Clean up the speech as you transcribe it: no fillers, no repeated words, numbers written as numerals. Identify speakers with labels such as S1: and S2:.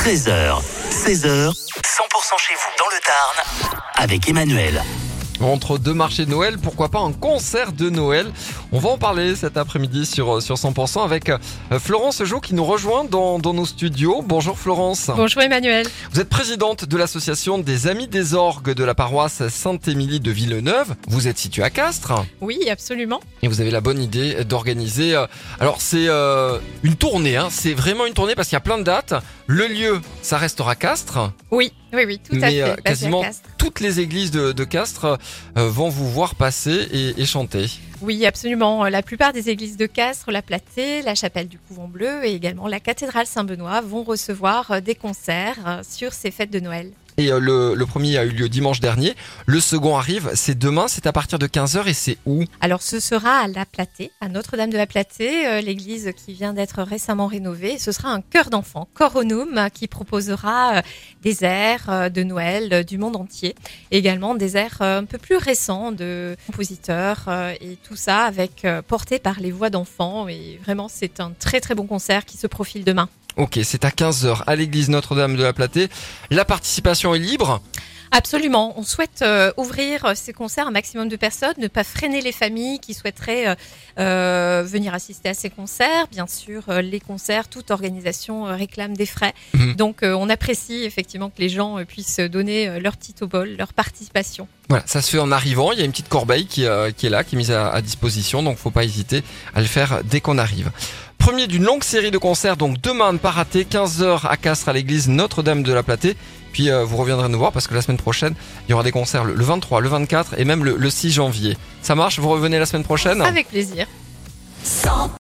S1: 13h, 16h, 100% chez vous dans le Tarn avec Emmanuel.
S2: Entre deux marchés de Noël, pourquoi pas un concert de Noël? On va en parler cet après-midi sur 100% avec Florence Jo qui nous rejoint dans nos studios. Bonjour Florence.
S3: Bonjour Emmanuel.
S2: Vous êtes présidente de l'association des Amis des Orgues de la paroisse Sainte-Émilie de Villeneuve. Vous êtes située à Castres.
S3: Oui, absolument.
S2: Et vous avez la bonne idée d'organiser... alors c'est une tournée, c'est vraiment une tournée parce qu'il y a plein de dates. Le lieu, ça restera Castres.
S3: Oui, tout à fait.
S2: Mais
S3: basé
S2: quasiment
S3: à Castres.
S2: toutes les églises de Castres vont vous voir passer et chanter.
S3: Oui, absolument. La plupart des églises de Castres, la Platée, la chapelle du Couvent Bleu et également la cathédrale Saint-Benoît vont recevoir des concerts sur ces fêtes de Noël.
S2: Et le premier a eu lieu dimanche dernier. Le second arrive, c'est demain, c'est à partir de 15h et c'est où?
S3: Alors ce sera à la Platée, à Notre-Dame de la Platée, l'église qui vient d'être récemment rénovée. Et ce sera un chœur d'enfants, Choronum, qui proposera des airs de Noël du monde entier. Et également des airs un peu plus récents de compositeurs et tout ça avec porté par les voix d'enfants. Et vraiment, c'est un très très bon concert qui se profile demain.
S2: Ok, c'est à 15h à l'église Notre-Dame de la Platée. La participation est libre.
S3: Absolument. On souhaite ouvrir ces concerts à un maximum de personnes, ne pas freiner les familles qui souhaiteraient venir assister à ces concerts. Bien sûr, les concerts, toute organisation réclame des frais. Donc, on apprécie effectivement que les gens puissent donner leur petit obol, leur participation.
S2: Voilà, ça se fait en arrivant. Il y a une petite corbeille qui est là, qui est mise à disposition. Donc, faut pas hésiter à le faire dès qu'on arrive. Premier d'une longue série de concerts, donc demain, ne pas rater, 15h à Castres à l'église Notre-Dame de la Platée. Puis vous reviendrez nous voir parce que la semaine prochaine, il y aura des concerts le 23, le 24 et même le 6 janvier. Ça marche? Vous revenez la semaine prochaine?
S3: Avec plaisir.